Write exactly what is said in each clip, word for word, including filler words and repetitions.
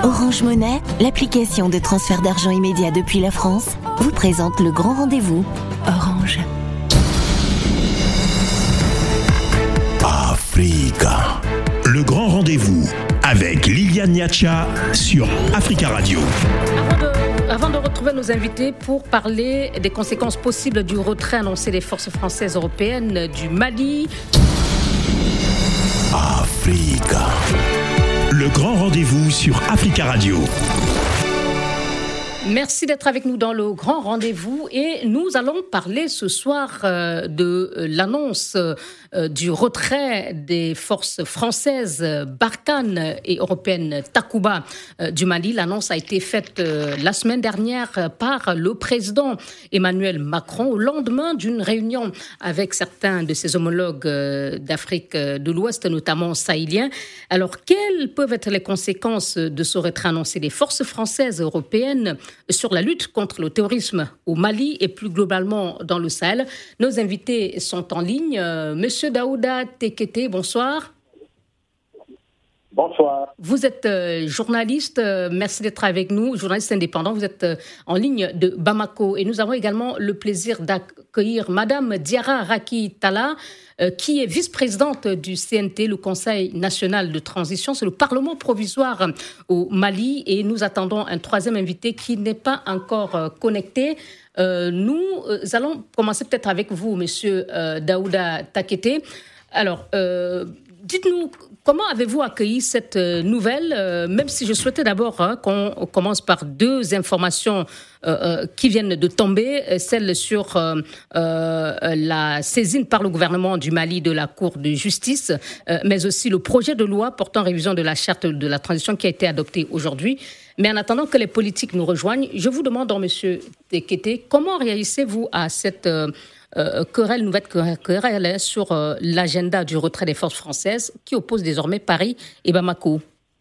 Orange Monnaie, l'application de transfert d'argent immédiat depuis la France, vous présente le grand rendez-vous. Orange. Africa. Le grand rendez-vous avec Liliane Niacha sur Africa Radio. Avant de, avant de retrouver nos invités pour parler des conséquences possibles du retrait annoncé des forces françaises européennes du Mali. Africa. Le grand rendez-vous sur Africa Radio. Merci d'être avec nous dans le grand rendez-vous et nous allons parler ce soir euh, de euh, l'annonce euh, du retrait des forces françaises Barkhane et européennes Takuba euh, du Mali. L'annonce a été faite euh, la semaine dernière par le président Emmanuel Macron au lendemain d'une réunion avec certains de ses homologues euh, d'Afrique de l'Ouest, notamment sahéliens. Alors, quelles peuvent être les conséquences de ce retrait annoncé des forces françaises et européennes sur la lutte contre le terrorisme au Mali et plus globalement dans le Sahel? Nos invités sont en ligne. Euh, Monsieur Daouda Tekete, bonsoir. Bonsoir. Vous êtes euh, journaliste, euh, merci d'être avec nous, journaliste indépendant. Vous êtes euh, en ligne de Bamako et nous avons également le plaisir d'accueillir Madame Diarra Raki Talla, euh, qui est vice-présidente du C N T, le Conseil national de transition. C'est le Parlement provisoire au Mali et nous attendons un troisième invité qui n'est pas encore euh, connecté. Euh, nous euh, allons commencer peut-être avec vous, Monsieur euh, Daouda Tekete. Alors, euh, dites-nous, comment avez-vous accueilli cette nouvelle, euh, même si je souhaitais d'abord hein, qu'on commence par deux informations euh, euh, qui viennent de tomber, celle sur euh, euh, la saisine par le gouvernement du Mali de la Cour de justice, euh, mais aussi le projet de loi portant révision de la charte de la transition qui a été adopté aujourd'hui. Mais en attendant que les politiques nous rejoignent, je vous demande, donc, Monsieur Tekete, comment réagissez-vous à cette euh, Euh, querelle, nouvelle querelle hein, sur euh, l'agenda du retrait des forces françaises qui oppose désormais Paris et Bamako?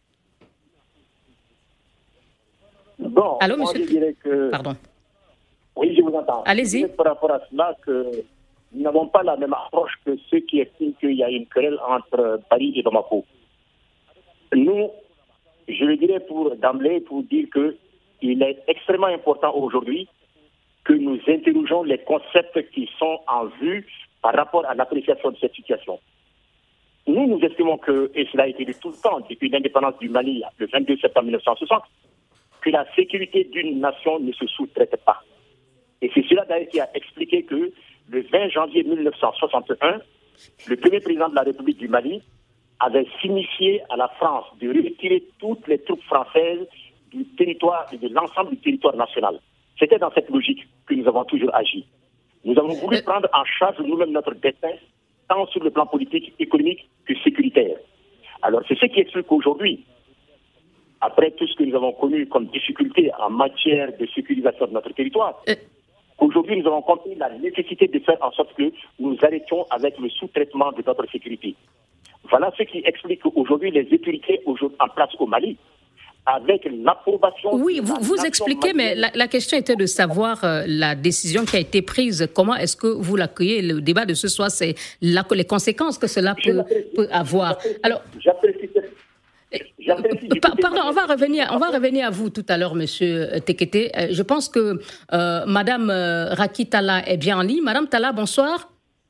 Bon, Allô, moi, monsieur? je dirais que... Pardon. Oui, je vous entends. Allez-y. Je dirais par rapport à cela que nous n'avons pas la même approche que ceux qui estiment qu'il y a une querelle entre Paris et Bamako. Nous, je le dirais pour d'emblée, pour dire qu'il est extrêmement important aujourd'hui que nous interrogeons les concepts qui sont en vue par rapport à l'appréciation de cette situation. Nous, nous estimons que, et cela a été dit tout le temps, depuis l'indépendance du Mali, le vingt-deux septembre mille neuf cent soixante, que la sécurité d'une nation ne se sous-traite pas. Et c'est cela d'ailleurs qui a expliqué que le vingt janvier mille neuf cent soixante et un, le premier président de la République du Mali avait signifié à la France de retirer toutes les troupes françaises du territoire et de l'ensemble du territoire national. C'était dans cette logique que nous avons toujours agi. Nous avons voulu euh... prendre en charge nous-mêmes notre destin, tant sur le plan politique, économique que sécuritaire. Alors c'est ce qui explique qu'aujourd'hui, après tout ce que nous avons connu comme difficulté en matière de sécurisation de notre territoire, euh... aujourd'hui nous avons compris la nécessité de faire en sorte que nous arrêtions avec le sous-traitement de notre sécurité. Voilà ce qui explique qu'aujourd'hui les autorités en place au Mali, avec l'approbation... Oui, vous, vous expliquez, mais la, la question était de savoir euh, la décision qui a été prise. Comment est-ce que vous l'accueillez? Le débat de ce soir, c'est la, les conséquences que cela peut, peut avoir. Alors, j'apprécie, j'apprécie, pardon, on va revenir, on va revenir à vous tout à l'heure, Monsieur Tekete. Je pense que euh, Madame Raki Talla est bien en ligne. Madame Talla, bonsoir.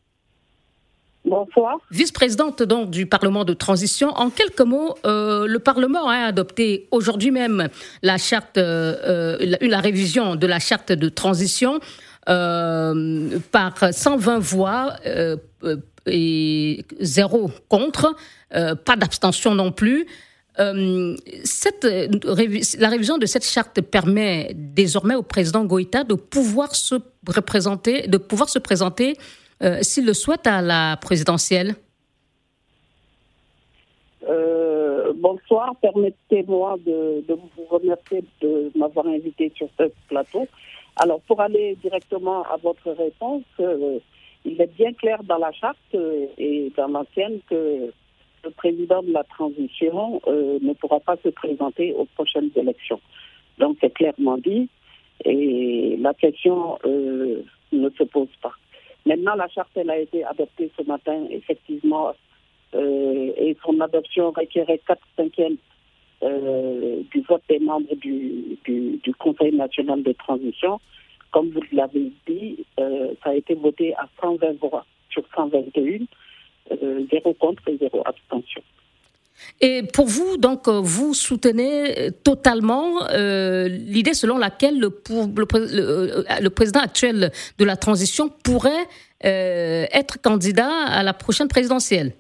Bonsoir. Vice-présidente donc du Parlement de transition. En quelques mots, euh, le Parlement a adopté aujourd'hui même la charte, euh, la, la révision de la charte de transition euh, par cent vingt voix euh, et zéro contre, euh, pas d'abstention non plus. Euh, cette, la révision de cette charte permet désormais au président Goïta de pouvoir se représenter, de pouvoir se présenter Euh, s'il le souhaite à la présidentielle. Euh, bonsoir, permettez-moi de, de vous remercier de m'avoir invité sur ce plateau. Alors, pour aller directement à votre réponse, euh, il est bien clair dans la charte euh, et dans l'ancienne que le président de la transition euh, ne pourra pas se présenter aux prochaines élections. Donc, c'est clairement dit et la question euh, ne se pose pas. Maintenant, la charte, elle a été adoptée ce matin, effectivement, euh, et son adoption requérait quatre cinquièmes euh, du du vote des membres du, du, du Conseil national de transition. Comme vous l'avez dit, euh, ça a été voté à cent vingt voix sur cent vingt et un, euh, zéro contre et zéro abstention. Et pour vous, donc, vous soutenez totalement euh, l'idée selon laquelle le, pour, le, le, le président actuel de la transition pourrait euh, être candidat à la prochaine présidentielle?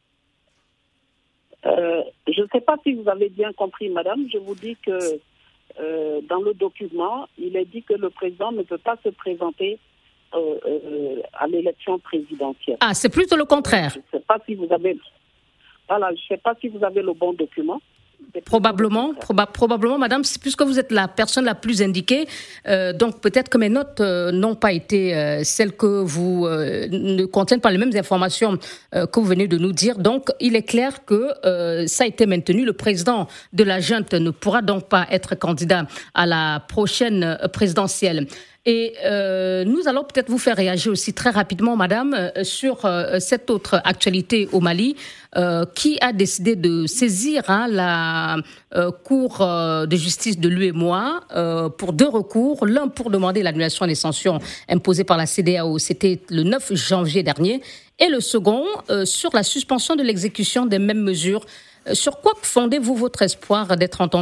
euh, Je ne sais pas si vous avez bien compris, madame. Je vous dis que euh, dans le document, il est dit que le président ne peut pas se présenter euh, euh, à l'élection présidentielle. Ah, c'est plutôt le contraire. Je ne sais pas si vous avez... Voilà, je ne sais pas si vous avez le bon document. Probablement, proba- probablement, madame, puisque vous êtes la personne la plus indiquée, euh, donc peut-être que mes notes euh, n'ont pas été euh, celles que vous euh, ne contiennent pas les mêmes informations euh, que vous venez de nous dire. Donc, il est clair que euh, ça a été maintenu. Le président de la junte ne pourra donc pas être candidat à la prochaine présidentielle. Et euh, nous allons peut-être vous faire réagir aussi très rapidement, madame, euh, sur euh, cette autre actualité au Mali, euh, qui a décidé de saisir hein, la euh, Cour euh, de justice de l'U E M O A euh, pour deux recours. L'un pour demander l'annulation des sanctions imposées par la C E D E A O, c'était le neuf janvier dernier, et le second euh, sur la suspension de l'exécution des mêmes mesures. Euh, sur quoi fondez-vous votre espoir d'être entendu ?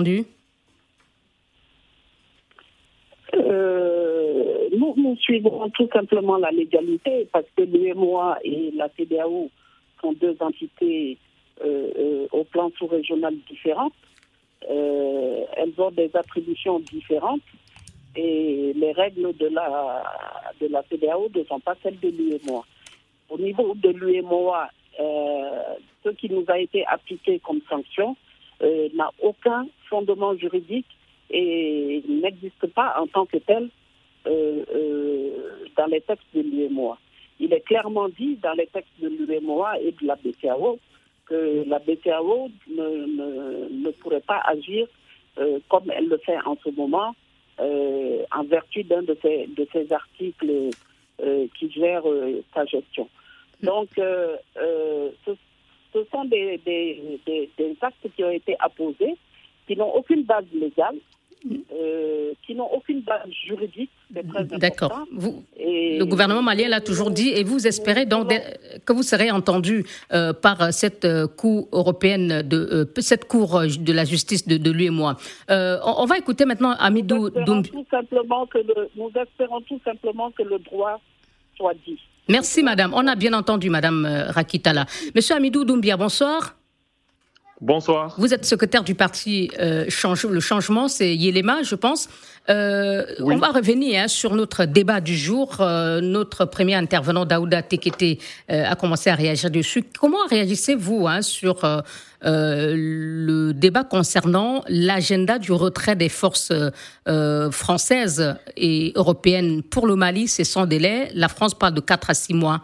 Euh... Nous, nous suivrons tout simplement la légalité parce que l'U E M O A et la C E D E A O sont deux entités euh, euh, au plan sous-régional différentes. Euh, elles ont des attributions différentes et les règles de la, de la C E D E A O ne sont pas celles de l'U E M O A. Au niveau de l'U E M O A, euh, ce qui nous a été appliqué comme sanction euh, n'a aucun fondement juridique et n'existe pas en tant que tel Euh, euh, dans les textes de l'U E M O A. Il est clairement dit dans les textes de l'U E M O A et de la B C A O que la B C A O ne, ne, ne pourrait pas agir euh, comme elle le fait en ce moment euh, en vertu d'un de ces, de ces articles euh, qui gèrent euh, sa gestion. Donc, euh, euh, ce, ce sont des, des, des, des actes qui ont été apposés, qui n'ont aucune base légale, Euh, qui n'ont aucune base juridique. C'est très important. D'accord. Vous, et le gouvernement malien l'a toujours dit, et vous espérez donc que vous serez entendu euh, par cette euh, Cour européenne, de euh, cette Cour de la justice de, de l'U E M O A. Euh, on, on va écouter maintenant Amidou Doumbia. Nous espérons tout simplement que le droit soit dit. Merci, madame. On a bien entendu, madame Racky Talla. Monsieur Amidou Doumbia, bonsoir. Bonsoir. Vous êtes secrétaire du parti euh, change, Le Changement, c'est Yelema, je pense. Euh, oui. On va revenir hein, sur notre débat du jour. Euh, notre premier intervenant, Daouda Tekete, euh, a commencé à réagir dessus. Comment réagissez-vous hein, sur euh, euh, le débat concernant l'agenda du retrait des forces euh, françaises et européennes pour le Mali? C'est sans délai. La France parle de quatre à six mois.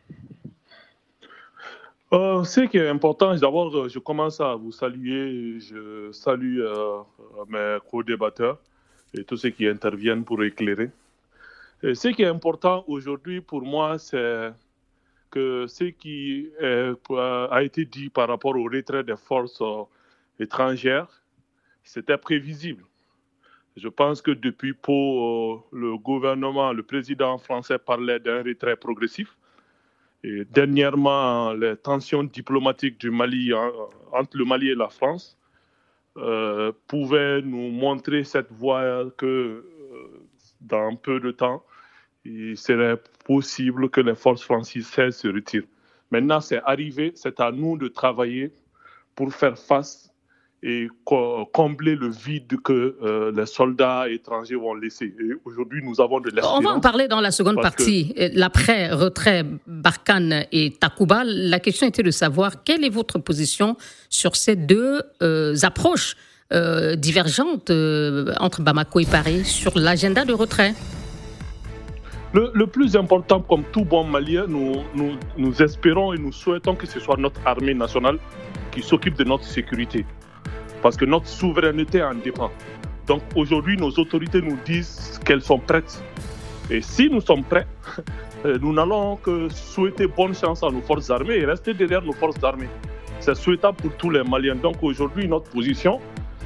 Euh, ce qui est important, d'abord, je commence à vous saluer. Je salue euh, mes co-débatteurs et tous ceux qui interviennent pour éclairer. Et ce qui est important aujourd'hui pour moi, c'est que ce qui est, a été dit par rapport au retrait des forces euh, étrangères, c'était prévisible. Je pense que depuis peu, euh, le gouvernement, le président français parlait d'un retrait progressif. Et dernièrement, les tensions diplomatiques du Mali, entre le Mali et la France euh, pouvaient nous montrer cette voie que euh, dans peu de temps, il serait possible que les forces françaises se retirent. Maintenant, c'est arrivé, c'est à nous de travailler pour faire face et combler le vide que euh, les soldats étrangers vont laisser. Et aujourd'hui, nous avons de l'espérance. On va en parler dans la seconde partie, que... l'après-retrait Barkhane et Takuba. La question était de savoir quelle est votre position sur ces deux euh, approches euh, divergentes euh, entre Bamako et Paris sur l'agenda de retrait. Le, le plus important, comme tout bon Malien, nous, nous, nous espérons et nous souhaitons que ce soit notre armée nationale qui s'occupe de notre sécurité. Parce que notre souveraineté en dépend. Donc aujourd'hui, nos autorités nous disent qu'elles sont prêtes. Et si nous sommes prêts, nous n'allons que souhaiter bonne chance à nos forces armées et rester derrière nos forces armées. C'est souhaitable pour tous les Maliens. Donc aujourd'hui, notre position,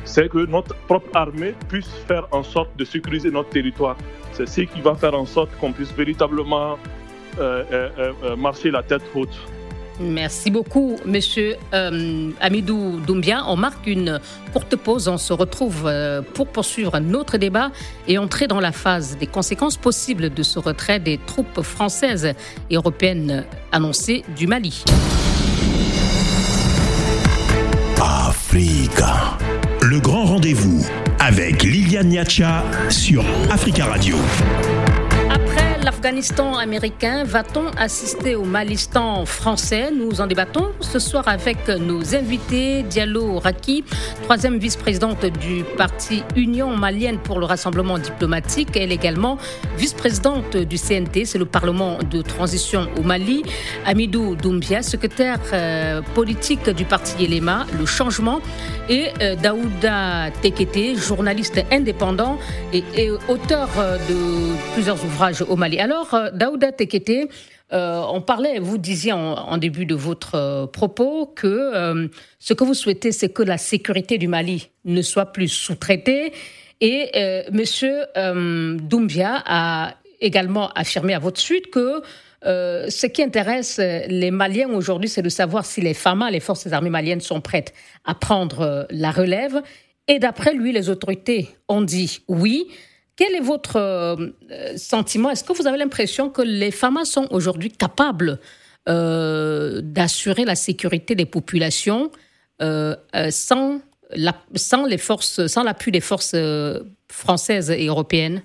c'est que notre propre armée puisse faire en sorte de sécuriser notre territoire. C'est ce qui va faire en sorte qu'on puisse véritablement euh, euh, euh, marcher la tête haute. Merci beaucoup, Monsieur euh, Hamidou Doumbia. On marque une courte pause. On se retrouve euh, pour poursuivre notre débat et entrer dans la phase des conséquences possibles de ce retrait des troupes françaises et européennes annoncées du Mali. Africa. Le grand rendez-vous avec Liliane Niacha sur Africa Radio. Après l'Afghanistan américain, va-t-on assister au Malistan français? Nous en débattons ce soir avec nos invités. Diallo Raki, troisième vice-présidente du parti Union malienne pour le rassemblement diplomatique. Elle est également vice-présidente du C N T, c'est le Parlement de transition au Mali. Hamidou Doumbia, secrétaire euh, politique du parti Yelema, le changement. Et euh, Daouda Tekete, journaliste indépendant et, et auteur euh, de plusieurs ouvrages au Mali. Alors, euh, Daouda Tekete, euh, on parlait, vous disiez en, en début de votre euh, propos que euh, ce que vous souhaitez, c'est que la sécurité du Mali ne soit plus sous-traitée. Et euh, Monsieur euh, Doumbia a également affirmé à votre suite que Euh, ce qui intéresse les Maliens aujourd'hui, c'est de savoir si les F A M A, les forces armées maliennes, sont prêtes à prendre euh, la relève. Et d'après lui, les autorités ont dit oui. Quel est votre euh, sentiment? Est-ce que vous avez l'impression que les F A M A sont aujourd'hui capables euh, d'assurer la sécurité des populations euh, euh, sans, la, sans, les forces, sans l'appui des forces euh, françaises et européennes?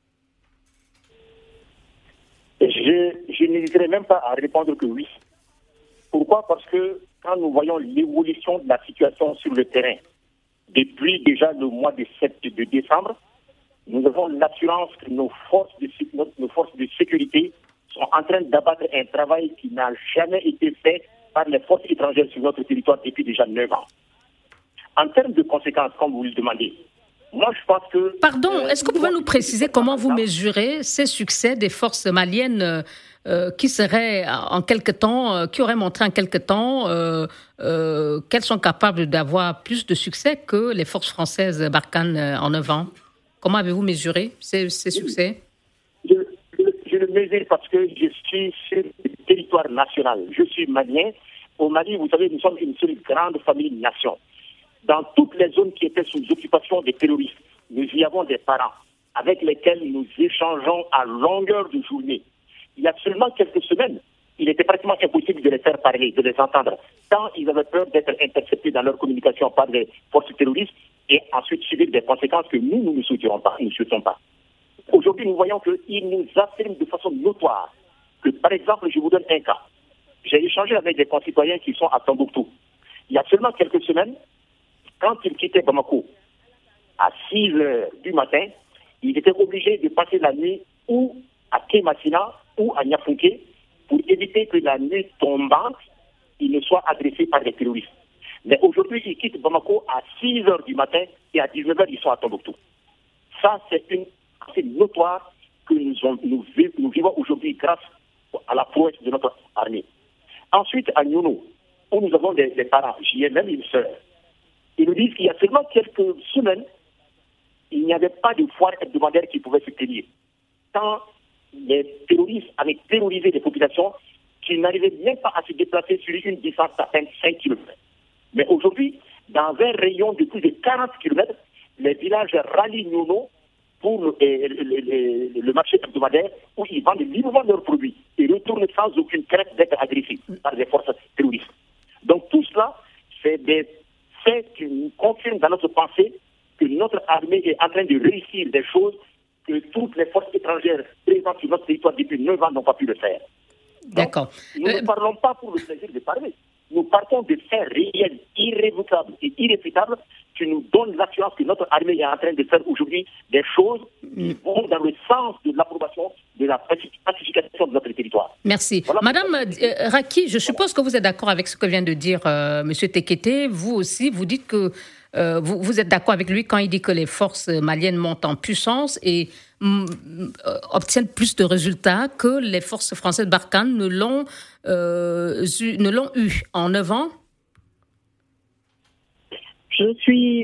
Je, je n'hésiterai même pas à répondre que oui. Pourquoi? Parce que quand nous voyons l'évolution de la situation sur le terrain, depuis déjà le mois de, de décembre, nous avons l'assurance que nos forces, de, nos forces de sécurité sont en train d'abattre un travail qui n'a jamais été fait par les forces étrangères sur notre territoire depuis déjà neuf ans. En termes de conséquences, comme vous le demandez, moi, je pense que... Pardon, euh, est-ce que vous pouvez nous préciser comment vous mesurez ces succès des forces maliennes euh, qui seraient en quelque temps, euh, qui auraient montré en quelque temps euh, euh, qu'elles sont capables d'avoir plus de succès que les forces françaises Barkhane euh, en neuf ans? Comment avez-vous mesuré ces, ces succès? je, je, je le mesure parce que je suis sur le territoire national. Je suis malien. Au Mali, vous savez, nous sommes une seule grande famille nation. Dans toutes les zones qui étaient sous occupation des terroristes, nous y avons des parents avec lesquels nous échangeons à longueur de journée. Il y a seulement quelques semaines, il était pratiquement impossible de les faire parler, de les entendre, tant ils avaient peur d'être interceptés dans leur communication par les forces terroristes et ensuite subir des conséquences que nous, nous ne souhaitions pas. Nous ne souhaitons pas. Aujourd'hui, nous voyons qu'ils nous affirment de façon notoire que, par exemple, je vous donne un cas. J'ai échangé avec des concitoyens qui sont à Tombouctou. Il y a seulement quelques semaines, quand ils quittaient Bamako à six heures du matin, ils étaient obligés de passer la nuit ou à Kémassina ou à Niafunké pour éviter que la nuit tombante, ils ne soient agressés par des terroristes. Mais aujourd'hui, ils quittent Bamako à six heures du matin et à dix-neuf heures, ils sont à Tombouctou. Ça, c'est une assez notoire que nous, ont, nous, nous vivons aujourd'hui grâce à la prouesse de notre armée. Ensuite, à Nyono, où nous avons des, des parents, j'y ai même une sœur. Ils nous disent qu'il y a seulement quelques semaines, il n'y avait pas de foire hebdomadaire qui pouvait se tenir. Tant les terroristes avaient terrorisé les populations qu'ils n'arrivaient même pas à se déplacer sur une distance d'à peine cinq kilomètres. Mais aujourd'hui, dans un rayon de plus de quarante kilomètres, les villages rallient Nyono pour le, le, le, le marché hebdomadaire où ils vendent librement leurs produits et retournent sans aucune crainte d'être agressés par des forces terroristes. Donc tout cela, c'est des faits qui nous confirment dans notre pensée que notre armée est en train de réussir des choses que toutes les forces étrangères présentes sur notre territoire depuis neuf ans n'ont pas pu le faire. D'accord. Donc, nous euh... ne parlons pas pour le plaisir de parler. Nous partons de faits réels, irrévocables et irréfutables qui nous donnent l'assurance que notre armée est en train de faire aujourd'hui des choses qui vont dans le sens de l'approbation de la pacification de notre territoire. Merci. Voilà. Madame euh, Raki, je suppose que vous êtes d'accord avec ce que vient de dire euh, M. Tekete. Vous aussi, vous dites que euh, vous, vous êtes d'accord avec lui quand il dit que les forces maliennes montent en puissance et m- m- obtiennent plus de résultats que les forces françaises Barkhane ne l'ont, euh, ne l'ont eu en neuf ans? Je suis parfaitement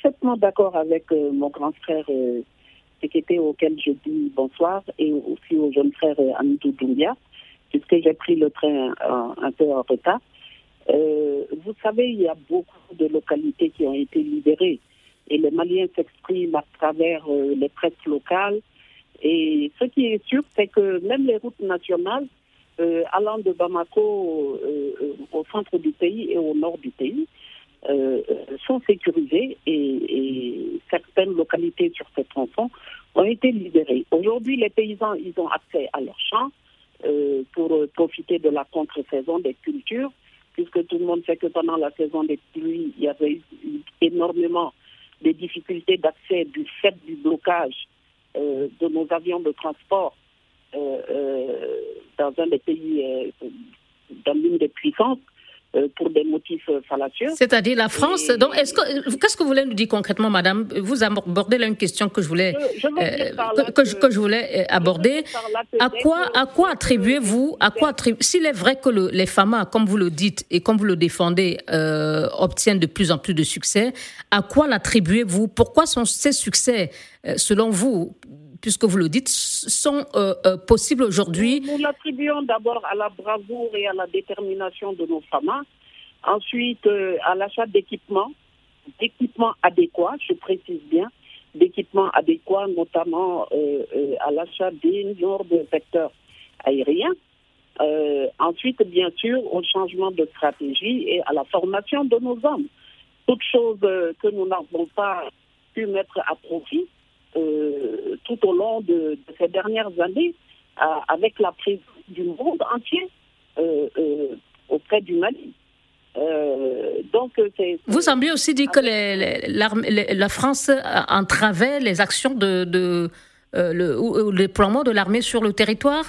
parfaitement d'accord avec euh, mon grand frère euh, Tekete, auquel je dis bonsoir, et aussi au jeune frère euh, Amidou Doumbia, puisque j'ai pris le train euh, un peu en retard. Euh, vous savez, il y a beaucoup de localités qui ont été libérées et les Maliens s'expriment à travers euh, les presses locales. Et ce qui est sûr, c'est que même les routes nationales euh, allant de Bamako euh, euh, au centre du pays et au nord du pays euh, sont sécurisées et, et certaines localités sur ces tronçons ont été libérées. Aujourd'hui, les paysans, ils ont accès à leurs champs euh, pour profiter de la contre-saison des cultures, puisque tout le monde sait que pendant la saison des pluies, il y avait eu énormément de difficultés d'accès du fait du blocage euh, de nos avions de transport euh, euh, dans un des pays, euh, dans l'une des puissances, euh, pour des motifs euh, fallacieux. C'est-à-dire la France. Et... Donc, est-ce que, qu'est-ce que vous voulez nous dire concrètement, madame? Vous abordez là une question que je voulais, je, je euh, que, que, que, que je voulais aborder. Je à quoi, à quoi attribuez-vous, à quoi attribuez, s'il est vrai que le, les F A M A, comme vous le dites et comme vous le défendez, euh, obtiennent de plus en plus de succès, à quoi l'attribuez-vous? Pourquoi sont ces succès, euh, selon vous, puisque vous le dites, sont euh, euh, possibles aujourd'hui? Nous, nous l'attribuons d'abord à la bravoure et à la détermination de nos F A M A. Ensuite, euh, à l'achat d'équipements, d'équipements adéquats, je précise bien, d'équipements adéquats, notamment euh, euh, à l'achat d'énormes vecteurs aériens. Euh, ensuite, bien sûr, au changement de stratégie et à la formation de nos hommes. Toutes choses euh, que nous n'avons pas pu mettre à profit Euh, tout au long de, de ces dernières années, euh, avec la présence du monde entier euh, euh, auprès du Mali. Euh, donc, c'est, Vous semblez aussi dire que les, les, la France entravait les actions de, de euh, le, ou, le déploiement de l'armée sur le territoire?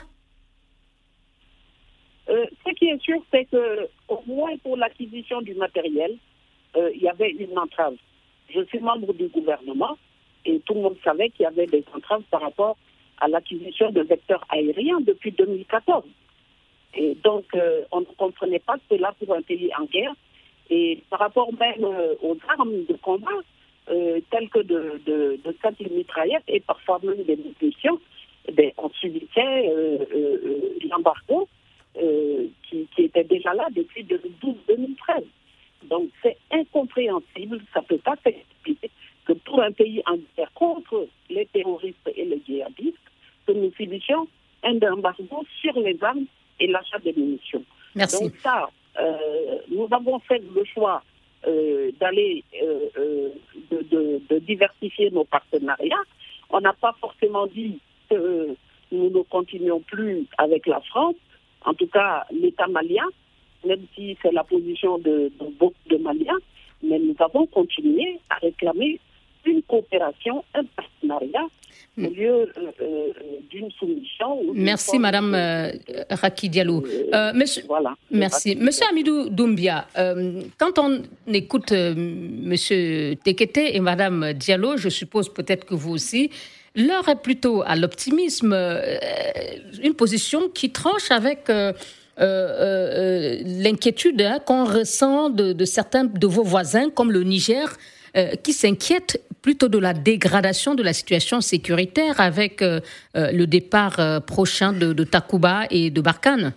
euh, Ce qui est sûr, c'est qu'au moins pour l'acquisition du matériel, euh, il y avait une entrave. Je suis membre du gouvernement. Et tout le monde savait qu'il y avait des entraves par rapport à l'acquisition de vecteurs aériens depuis deux mille quatorze. Et donc, euh, on ne comprenait pas cela pour un pays en guerre. Et par rapport même euh, aux armes de combat, euh, telles que de, de, de simples mitraillettes et parfois même des munitions, eh on subissait euh, euh, l'embargo euh, qui, qui était déjà là depuis deux mille douze deux mille treize. Donc, c'est incompréhensible, ça ne peut pas s'expliquer que pour un pays en guerre contre les terroristes et les djihadistes, que nous subissions un embargo sur les armes et l'achat des munitions. Merci. Donc ça, euh, nous avons fait le choix euh, d'aller, euh, euh, de, de, de diversifier nos partenariats. On n'a pas forcément dit que nous ne continuons plus avec la France, en tout cas l'État malien, même si c'est la position de, de beaucoup de Maliens, mais nous avons continué à réclamer une coopération, un partenariat, au lieu euh, euh, d'une soumission. Merci, Madame euh, Racky Diallo. Euh, monsieur, voilà, merci. Monsieur Amidou Doumbia, euh, quand on écoute euh, Monsieur Tekete et Madame Diallo, je suppose peut-être que vous aussi, l'heure est plutôt à l'optimisme, euh, une position qui tranche avec euh, euh, euh, l'inquiétude hein, qu'on ressent de, de certains de vos voisins, comme le Niger, euh, qui s'inquiètent plutôt de la dégradation de la situation sécuritaire avec euh, euh, le départ euh, prochain de, de Takuba et de Barkhane.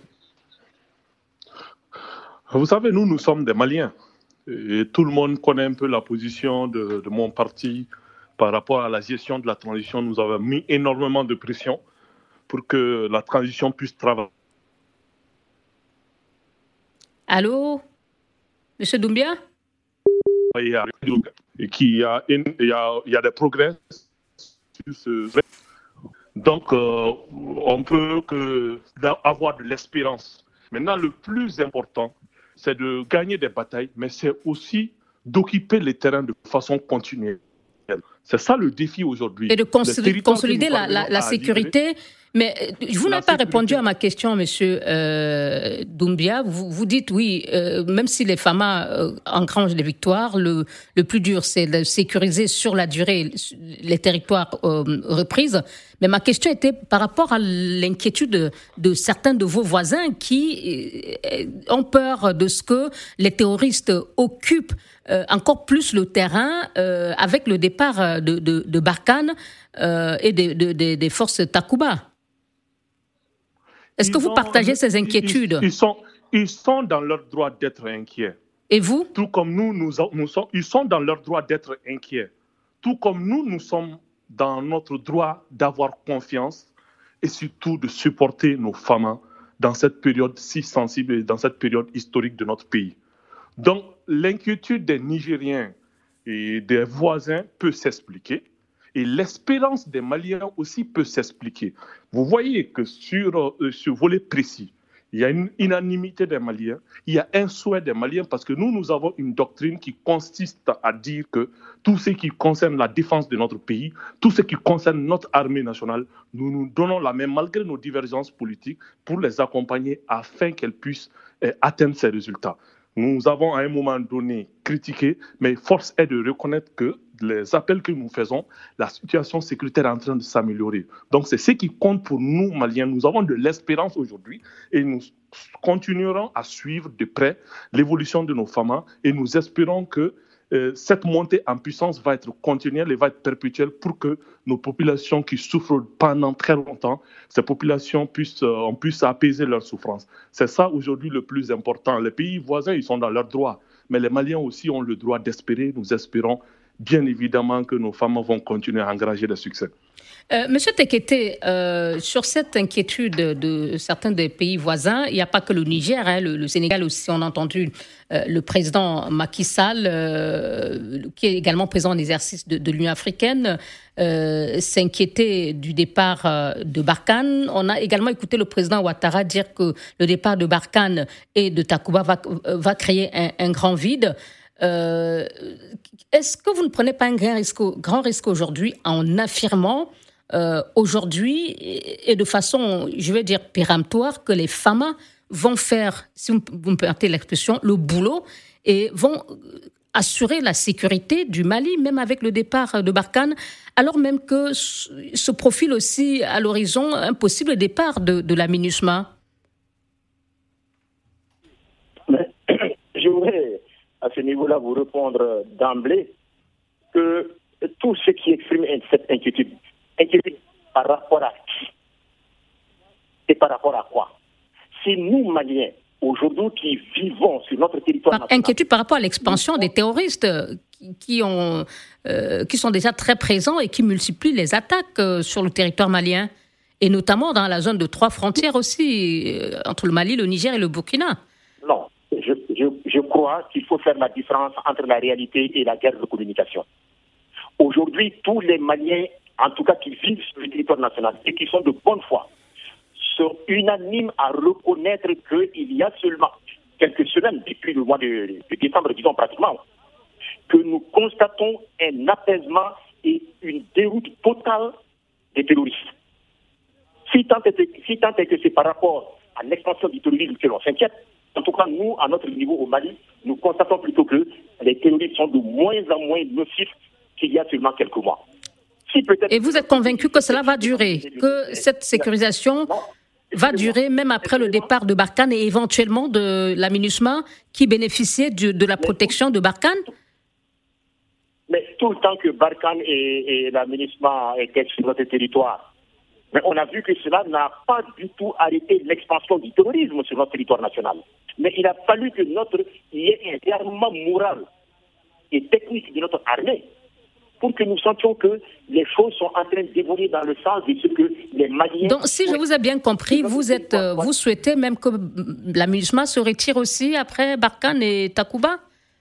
Vous savez, nous, nous sommes des Maliens. Et tout le monde connaît un peu la position de, de mon parti par rapport à la gestion de la transition. Nous avons mis énormément de pression pour que la transition puisse travailler. Allô, Monsieur Doumbia? Et qu'il y a, une, il y a, il y a des progrès sur ce... Donc, euh, on peut que, avoir de l'espérance. Maintenant, le plus important, c'est de gagner des batailles, mais c'est aussi d'occuper les terrains de façon continuelle. C'est ça le défi aujourd'hui. Et de consolider, consolider la, la, la sécurité Mais vous n'avez pas répondu à ma question, monsieur euh, Doumbia. Vous, vous dites, oui, euh, même si les FAMA euh, engrangent des victoires, le, le plus dur, c'est de sécuriser sur la durée les territoires euh, repris. Mais ma question était par rapport à l'inquiétude de, de certains de vos voisins qui euh, ont peur de ce que les terroristes occupent euh, encore plus le terrain euh, avec le départ de, de, de Barkhane euh, et des de, de, de forces Takuba. Est-ce ils que vous ont, partagez ces inquiétudes? ils, ils, sont, ils sont dans leur droit d'être inquiets. Et vous? Tout comme nous, nous, nous sommes, ils sont dans leur droit d'être inquiets. Tout comme nous, nous sommes dans notre droit d'avoir confiance et surtout de supporter nos femmes dans cette période si sensible et dans cette période historique de notre pays. Donc, l'inquiétude des Nigériens et des voisins peut s'expliquer. Et l'espérance des Maliens aussi peut s'expliquer. Vous voyez que sur euh, ce volet précis, il y a une unanimité des Maliens, il y a un souhait des Maliens parce que nous, nous avons une doctrine qui consiste à dire que tout ce qui concerne la défense de notre pays, tout ce qui concerne notre armée nationale, nous nous donnons la main malgré nos divergences politiques pour les accompagner afin qu'elles puissent euh, atteindre ces résultats. Nous avons à un moment donné critiqué, mais force est de reconnaître que les appels que nous faisons, la situation sécuritaire est en train de s'améliorer. Donc c'est ce qui compte pour nous, Maliens. Nous avons de l'espérance aujourd'hui et nous continuerons à suivre de près l'évolution de nos femmes et nous espérons que euh, cette montée en puissance va être continuelle et va être perpétuelle pour que nos populations qui souffrent pendant très longtemps, ces populations puissent, euh, on puisse apaiser leur souffrance. C'est ça aujourd'hui le plus important. Les pays voisins, ils sont dans leurs droits, mais les Maliens aussi ont le droit d'espérer. Nous espérons bien évidemment que nos femmes vont continuer à engager des succès. Euh, Monsieur Tekete, euh, sur cette inquiétude de certains des pays voisins, il n'y a pas que le Niger, hein, le, le Sénégal aussi, on a entendu euh, le président Macky Sall, euh, qui est également président en exercice de, de l'Union africaine, euh, s'inquiéter du départ euh, de Barkhane. On a également écouté le président Ouattara dire que le départ de Barkhane et de Takuba va, va créer un, un grand vide. Euh, est-ce que vous ne prenez pas un grand risque, grand risque aujourd'hui en affirmant euh, aujourd'hui et, et de façon, je vais dire, péremptoire, que les FAMA vont faire, si vous, vous me permettez l'expression, le boulot et vont assurer la sécurité du Mali, même avec le départ de Barkhane, alors même que se profile aussi à l'horizon un possible départ de, de la MINUSMA? Mais, je voudrais à ce niveau-là vous répondre d'emblée que tout ce qui exprime cette inquiétude, inquiétude par rapport à qui et par rapport à quoi? C'est nous, Maliens, aujourd'hui, qui vivons sur notre territoire par national. Inquiétude par rapport à l'expansion des terroristes qui, qui, ont, euh, qui sont déjà très présents et qui multiplient les attaques euh, sur le territoire malien, et notamment dans la zone de trois frontières aussi, euh, entre le Mali, le Niger et le Burkina. Non. Je, je, je crois qu'il faut faire la différence entre la réalité et la guerre de communication. Aujourd'hui, tous les Maliens, en tout cas qui vivent sur le territoire national et qui sont de bonne foi, sont unanimes à reconnaître qu'il y a seulement quelques semaines, depuis le mois de, de décembre, disons pratiquement, que nous constatons un apaisement et une déroute totale des terroristes. Si tant est, si tant est que c'est par rapport à l'expansion du terrorisme que l'on s'inquiète, en tout cas, nous, à notre niveau au Mali, nous constatons plutôt que les terroristes sont de moins en moins nocifs qu'il y a seulement quelques mois. Si Et vous êtes convaincu que cela va durer, que cette sécurisation va durer même après le départ de Barkhane et éventuellement de la MINUSMA qui bénéficiait de, de la protection de Barkhane? Mais tout le temps que Barkhane et, et la MINUSMA étaient sur notre territoire, mais on a vu que cela n'a pas du tout arrêté l'expansion du terrorisme sur notre territoire national. Mais il a fallu que notre, il y ait un réarmement moral et technique de notre armée pour que nous sentions que les choses sont en train d'évoluer dans le sens de ce que les Maliens... Donc, si je vous ai bien compris, vous êtes, vous souhaitez même que la MINUSMA se retire aussi après Barkhane et Takuba?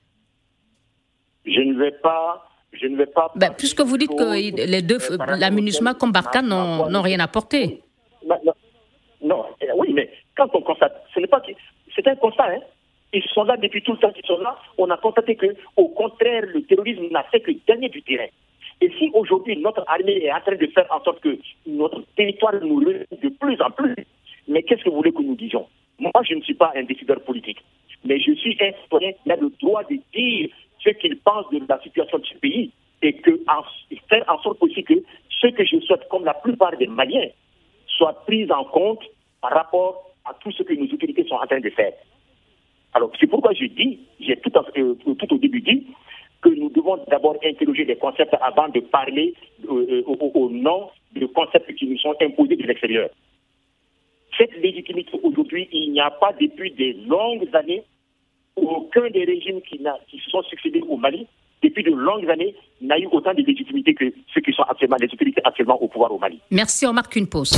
Je ne vais pas... Je ne vais pas... Ben, puisque vous dites que les deux, la MINUSMA comme Barkhane n'ont, n'ont rien apporté. Non, non, non, oui, mais quand on constate, ce n'est pas... C'est un constat, hein. Ils sont là depuis tout le temps qu'ils sont là. On a constaté qu'au contraire, le terrorisme n'a fait que gagner du terrain. Et si aujourd'hui notre armée est en train de faire en sorte que notre territoire nous relève de plus en plus, mais qu'est-ce que vous voulez que nous disions? Moi, je ne suis pas un décideur politique, mais je suis un citoyen qui a le droit de dire ce qu'il pense de la situation de ce pays et que en, faire en sorte aussi que ce que je souhaite, comme la plupart des Maliens, soit pris en compte par rapport à tout ce que nos autorités sont en train de faire. Alors, c'est pourquoi je dis, j'ai tout, à, euh, tout au début dit, que nous devons d'abord interroger les concepts avant de parler euh, au, au nom de concepts qui nous sont imposés de l'extérieur. Cette légitimité aujourd'hui, il n'y a pas depuis de longues années, aucun des régimes qui, n'a, qui se sont succédés au Mali, depuis de longues années, n'a eu autant de légitimité que ceux qui sont actuellement, les autorités actuellement au pouvoir au Mali. Merci, on marque une pause.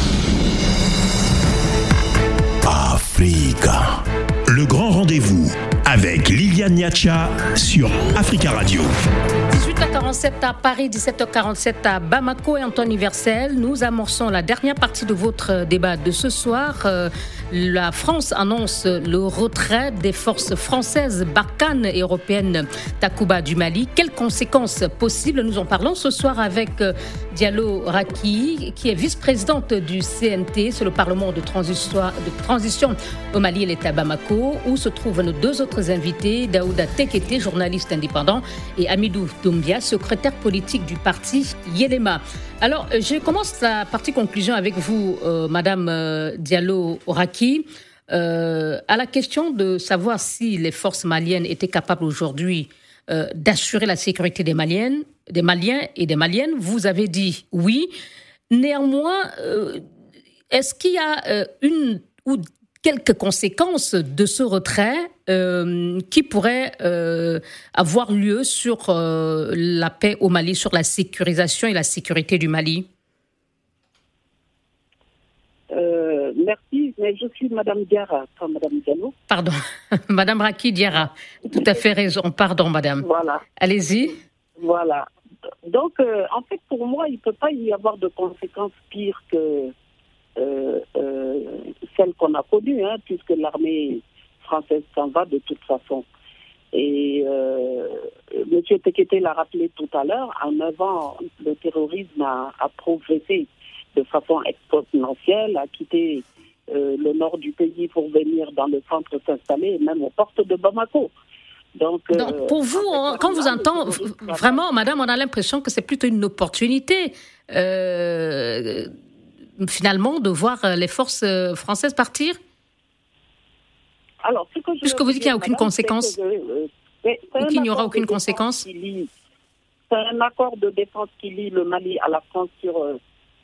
Africa. Le grand rendez-vous avec Liliane Niacha sur Africa Radio. dix-huit heures quarante-sept à Paris, dix-sept heures quarante-sept à Bamako et en temps universel. Nous amorçons la dernière partie de votre débat de ce soir. Euh, la France annonce le retrait des forces françaises Barkhane et européennes Takuba du Mali. Quelles conséquences possibles? Nous en parlons ce soir avec Diallo Raki, qui est vice-présidente du C N T, c'est le Parlement de transition, de transition au Mali et l'État Bamako, où se trouvent nos deux autres invités, Daouda Tekete, journaliste indépendant, et Amidou Doumbia, secrétaire politique du parti Yelema. Alors, je commence la partie conclusion avec vous, euh, Madame euh, Diallo Raki. Euh, à la question de savoir si les forces maliennes étaient capables aujourd'hui euh, d'assurer la sécurité des Maliennes, des Maliens et des Maliennes, vous avez dit oui. Néanmoins, euh, est-ce qu'il y a euh, une ou quelques conséquences de ce retrait euh, qui pourraient euh, avoir lieu sur euh, la paix au Mali, sur la sécurisation et la sécurité du Mali? euh, Merci, mais je suis Madame Diarra, pas Madame Diallo. Pardon, Madame Raki Diarra, tout à fait raison, pardon Madame. Voilà. Allez-y. Voilà. Donc, euh, en fait, pour moi, il ne peut pas y avoir de conséquences pires que Euh, euh, celle qu'on a connue, hein, puisque l'armée française s'en va de toute façon. Et euh, M. Tekete l'a rappelé tout à l'heure, en neuf ans, le terrorisme a, a progressé de façon exponentielle, a quitté euh, le nord du pays pour venir dans le centre s'installer, et même aux portes de Bamako. Donc, Donc euh, pour vous, on, quand vous entend, vraiment, madame, on a l'impression que c'est plutôt une opportunité. Euh, finalement, de voir les forces françaises partir? Alors, ce que je Puisque vous dites qu'il n'y a aucune madame, conséquence, c'est que, euh, c'est, c'est ou qu'il n'y aura aucune conséquence. Lie, c'est un accord de défense qui lie le Mali à la France sur euh,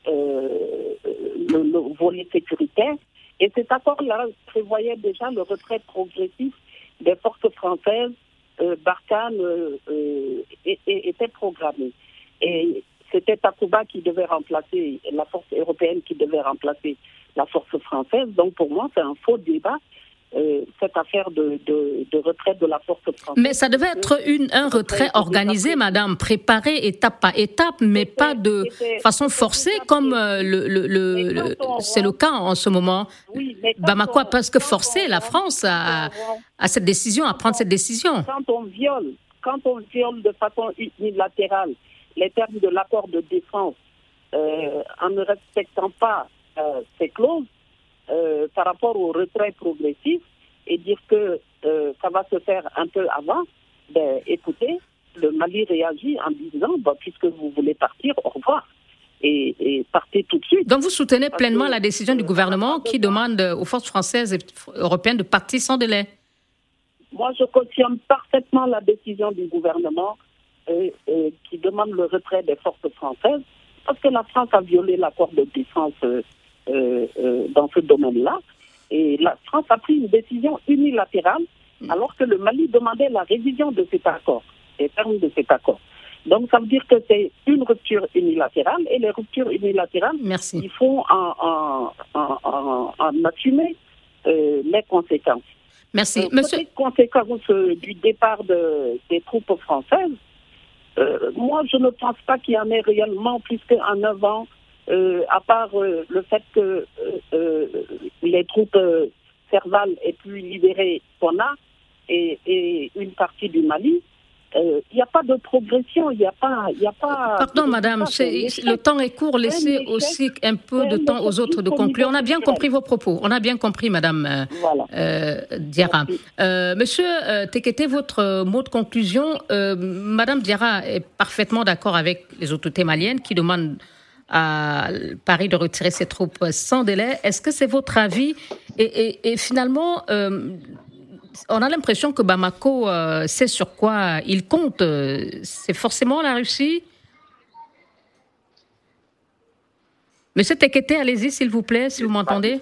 le, le volet sécuritaire. Et cet accord-là prévoyait déjà le retrait progressif des forces françaises. Euh, Barkhane euh, euh, était programmé. Et c'était Takuba qui devait remplacer, la force européenne qui devait remplacer la force française. Donc pour moi, c'est un faux débat, euh, cette affaire de, de, de retrait de la force française. Mais ça devait être une, un retrait organisé, madame, préparé étape par étape, mais pas de façon forcée comme le, le, le, le, c'est le cas en ce moment. Oui, mais Bamako a on, presque forcé la France à, à cette décision, à prendre cette décision. Quand on viole, quand on viole de façon unilatérale les termes de l'accord de défense, euh, en ne respectant pas euh, ces clauses euh, par rapport au retrait progressif et dire que euh, ça va se faire un peu avant, ben, écoutez, le Mali réagit en disant bah, puisque vous voulez partir, au revoir. Et, et partez tout de suite. Donc vous soutenez Parce pleinement que, la décision euh, du gouvernement qui demande aux forces françaises et européennes de partir sans délai? Moi, je cautionne parfaitement la décision du gouvernement euh, euh, qui demande le retrait des forces françaises, parce que la France a violé l'accord de défense euh, euh, euh, dans ce domaine-là. Et la France a pris une décision unilatérale, alors que le Mali demandait la révision de cet accord, les termes de cet accord. Donc, ça veut dire que c'est une rupture unilatérale, et les ruptures unilatérales, Merci. il faut en, en, en, en, en assumer euh, les conséquences. Merci. Euh, Monsieur... Petite conséquence euh, du départ de, des troupes françaises, euh, moi, je ne pense pas qu'il y en ait réellement, puisqu'en neuf ans, euh, à part euh, le fait que euh, euh, les troupes euh, servales aient pu libérer Kona et, et une partie du Mali, il n'y a pas de progression, il n'y a pas... Y a pas Pardon, madame, c'est, le temps est court, laissez échec, aussi un peu de temps aux autres de conclure. On a bien compris vos propos, on a bien compris, madame euh, voilà. euh, Diarra. Euh, monsieur euh, Tekete, votre mot de conclusion, euh, madame Diarra est parfaitement d'accord avec les autorités maliennes qui demandent à Paris de retirer ses troupes sans délai. Est-ce que c'est votre avis ? Et, et, et finalement... Euh, on a l'impression que Bamako euh, sait sur quoi il compte. C'est forcément la Russie. Monsieur Tekete, allez-y, s'il vous plaît, si vous m'entendez.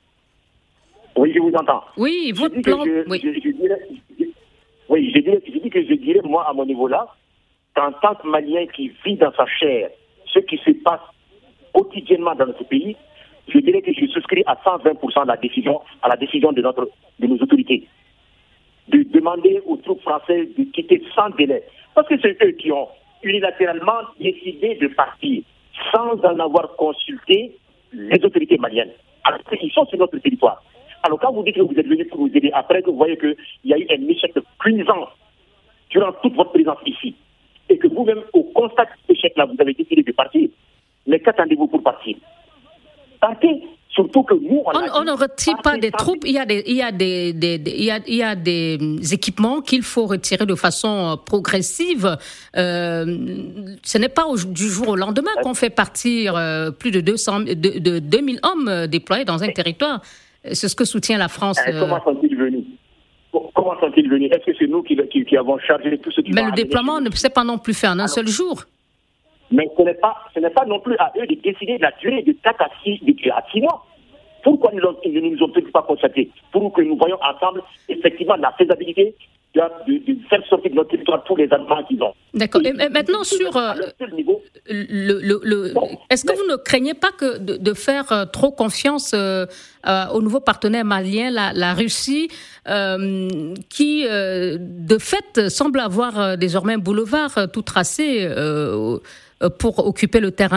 Oui, je vous entends. Oui, votre plan... Je, oui, je, je dirais, je, oui je, dirais, je dis que je dirais, moi, à mon niveau-là, qu'en tant que Malien qui vit dans sa chair ce qui se passe quotidiennement dans notre pays, je dirais que je souscris à cent vingt pour cent à la décision, à la décision de, notre, de nos autorités, de demander aux troupes françaises de quitter sans délai. Parce que c'est eux qui ont unilatéralement décidé de partir sans en avoir consulté les autorités maliennes. Alors qu'ils sont sur notre territoire. Alors quand vous dites que vous êtes venus pour vous aider, après que vous voyez qu'il y a eu un échec cuisant durant toute votre présence ici, et que vous-même, au constat de cet échec-là, vous avez décidé de partir, mais qu'attendez-vous pour partir ? Partez. Surtout que nous, on, on, on ne retire pas des troupes. Il y a des, il y a des, des, des il, y a, il y a des équipements qu'il faut retirer de façon progressive. Euh, ce n'est pas au, du jour au lendemain qu'on fait partir euh, plus de, deux cents, de, de deux mille hommes déployés dans un territoire. C'est ce que soutient la France. Euh, comment sont-ils venus ? Comment sont-ils venus ? Est-ce que c'est nous qui, qui, qui avons chargé tout ce qui... Mais le déploiement ne s'est pas non plus fait en un Alors, seul jour. Mais ce n'est pas, ce n'est pas non plus à eux de décider de la durée de quatre à six, à six mois. Pourquoi ils ne nous, nous ont peut-être pas constaté ? Pour que nous voyons ensemble, effectivement, la faisabilité de, de, de faire sortir de notre territoire tous les Allemands qu'ils ont. D'accord. Et, et maintenant, sur euh, niveau, le, le, le, bon, est-ce que mais, vous ne craignez pas que de, de faire euh, trop confiance euh, euh, au nouveau partenaire malien, la, la Russie, euh, qui, euh, de fait, semble avoir euh, désormais un boulevard euh, tout tracé euh, pour occuper le terrain ?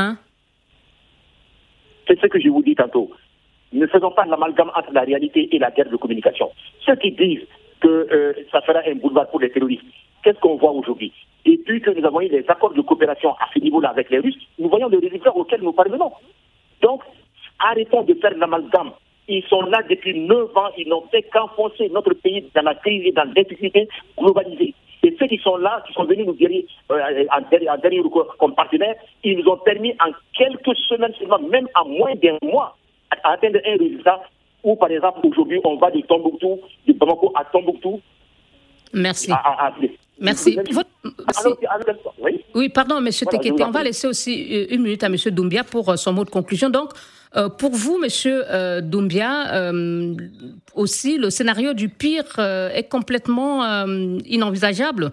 C'est ce que je vous dis tantôt. Ne faisons pas l'amalgame entre la réalité et la guerre de communication. Ceux qui disent que euh, ça fera un boulevard pour les terroristes, qu'est-ce qu'on voit aujourd'hui ? Depuis que nous avons eu des accords de coopération à ce niveau-là avec les Russes, nous voyons les résultats auxquels nous parvenons. Donc, arrêtons de faire l'amalgame. Ils sont là depuis neuf ans, ils n'ont fait qu'enfoncer notre pays dans la crise et dans l'insécurité globalisée. Et ceux qui sont là, qui sont venus nous dire euh, en, dernier, en dernier recours comme partenaires, ils nous ont permis en quelques semaines seulement, même en moins d'un mois, à atteindre un résultat où, par exemple, aujourd'hui, on va de Tombouctou, de Bamako à Tombouctou. Merci. À, à, à... Merci. Votre... Alors, alors, oui. oui, pardon, M. Voilà, Tekete. On va laisser aussi une minute à M. Doumbia pour son mot de conclusion. Donc, euh, pour vous, M. Euh, Doumbia, euh, aussi, le scénario du pire euh, est complètement euh, inenvisageable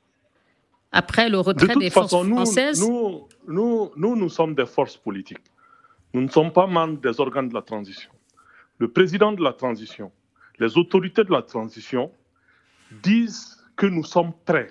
après le retrait de des façon, forces nous, françaises. Nous, nous, nous, nous sommes des forces politiques. Nous ne sommes pas membres des organes de la transition. Le président de la transition, les autorités de la transition disent que nous sommes prêts.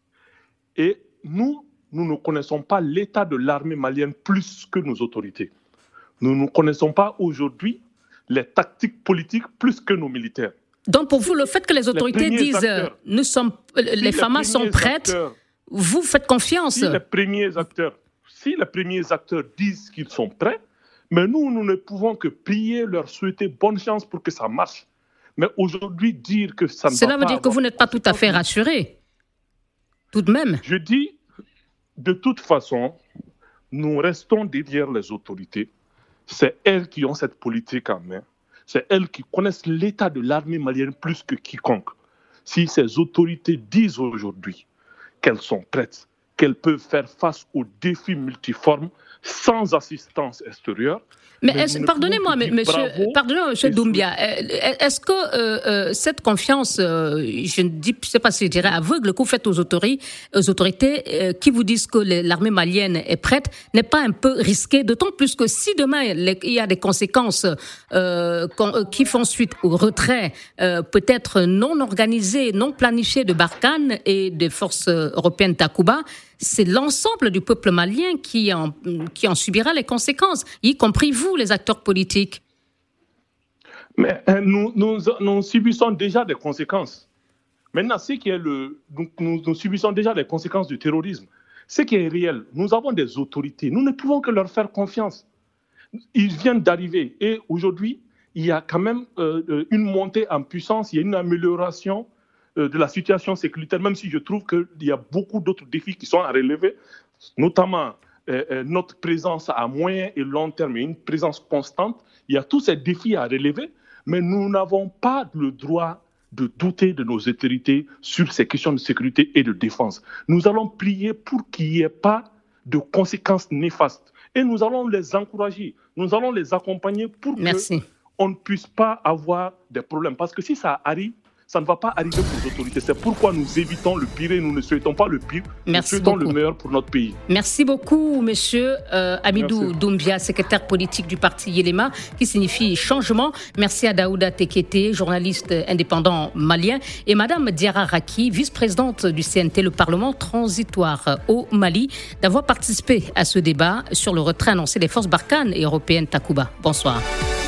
Et nous, nous ne connaissons pas l'état de l'armée malienne plus que nos autorités. Nous ne connaissons pas aujourd'hui les tactiques politiques plus que nos militaires. Donc pour vous, le fait que les autorités les disent acteurs, nous sommes, les, si les FAMA sont prêtes, acteurs, vous faites confiance. Si les premiers acteurs, si les premiers acteurs disent qu'ils sont prêts, mais nous, nous ne pouvons que prier, leur souhaiter bonne chance pour que ça marche. Mais aujourd'hui, dire que ça ne Cela va veut pas dire que vous n'êtes pas tout à fait rassuré. Tout de même. Je dis, de toute façon, nous restons derrière les autorités. C'est elles qui ont cette politique en main. C'est elles qui connaissent l'état de l'armée malienne plus que quiconque. Si ces autorités disent aujourd'hui qu'elles sont prêtes, qu'elles peuvent faire face aux défis multiformes sans assistance extérieure. Mais, mais pardonnez-moi, monsieur, pardonnez-moi, monsieur Doumbia, est-ce que euh, euh, cette confiance, euh, je ne dis, je sais pas si je dirais aveugle, que vous faites aux autorités, aux autorités euh, qui vous disent que l'armée malienne est prête, n'est pas un peu risquée, d'autant plus que si demain les, il y a des conséquences euh, qui font suite au retrait, euh, peut-être non organisé, non planifié de Barkhane et des forces européennes Takuba, c'est l'ensemble du peuple malien qui en, qui en subira les conséquences, y compris vous, les acteurs politiques. Mais nous, nous, nous subissons déjà des conséquences. Maintenant, ce qui est le, nous, nous, nous subissons déjà les conséquences du terrorisme. Ce qui est réel, nous avons des autorités. Nous ne pouvons que leur faire confiance. Ils viennent d'arriver. Et aujourd'hui, il y a quand même euh, une montée en puissance, il y a une amélioration euh, de la situation sécuritaire, même si je trouve qu'il y a beaucoup d'autres défis qui sont à relever, notamment euh, euh, notre présence à moyen et long terme, une présence constante. Il y a tous ces défis à relever, mais nous n'avons pas le droit de douter de nos autorités sur ces questions de sécurité et de défense. Nous allons prier pour qu'il n'y ait pas de conséquences néfastes. Et nous allons les encourager, nous allons les accompagner pour Merci. qu'on ne puisse pas avoir des problèmes. Parce que si ça arrive, ça ne va pas arriver pour les autorités. C'est pourquoi nous évitons le pire et nous ne souhaitons pas le pire. Merci nous souhaitons beaucoup. le meilleur pour notre pays. Merci beaucoup, monsieur euh, Amidou Merci. Doumbia, secrétaire politique du parti Yelema, qui signifie changement. Merci à Daouda Tekete, journaliste indépendant malien, et madame Diarra Raki, vice-présidente du C N T, le Parlement transitoire au Mali, d'avoir participé à ce débat sur le retrait annoncé des forces Barkhane et européennes Takuba. Bonsoir.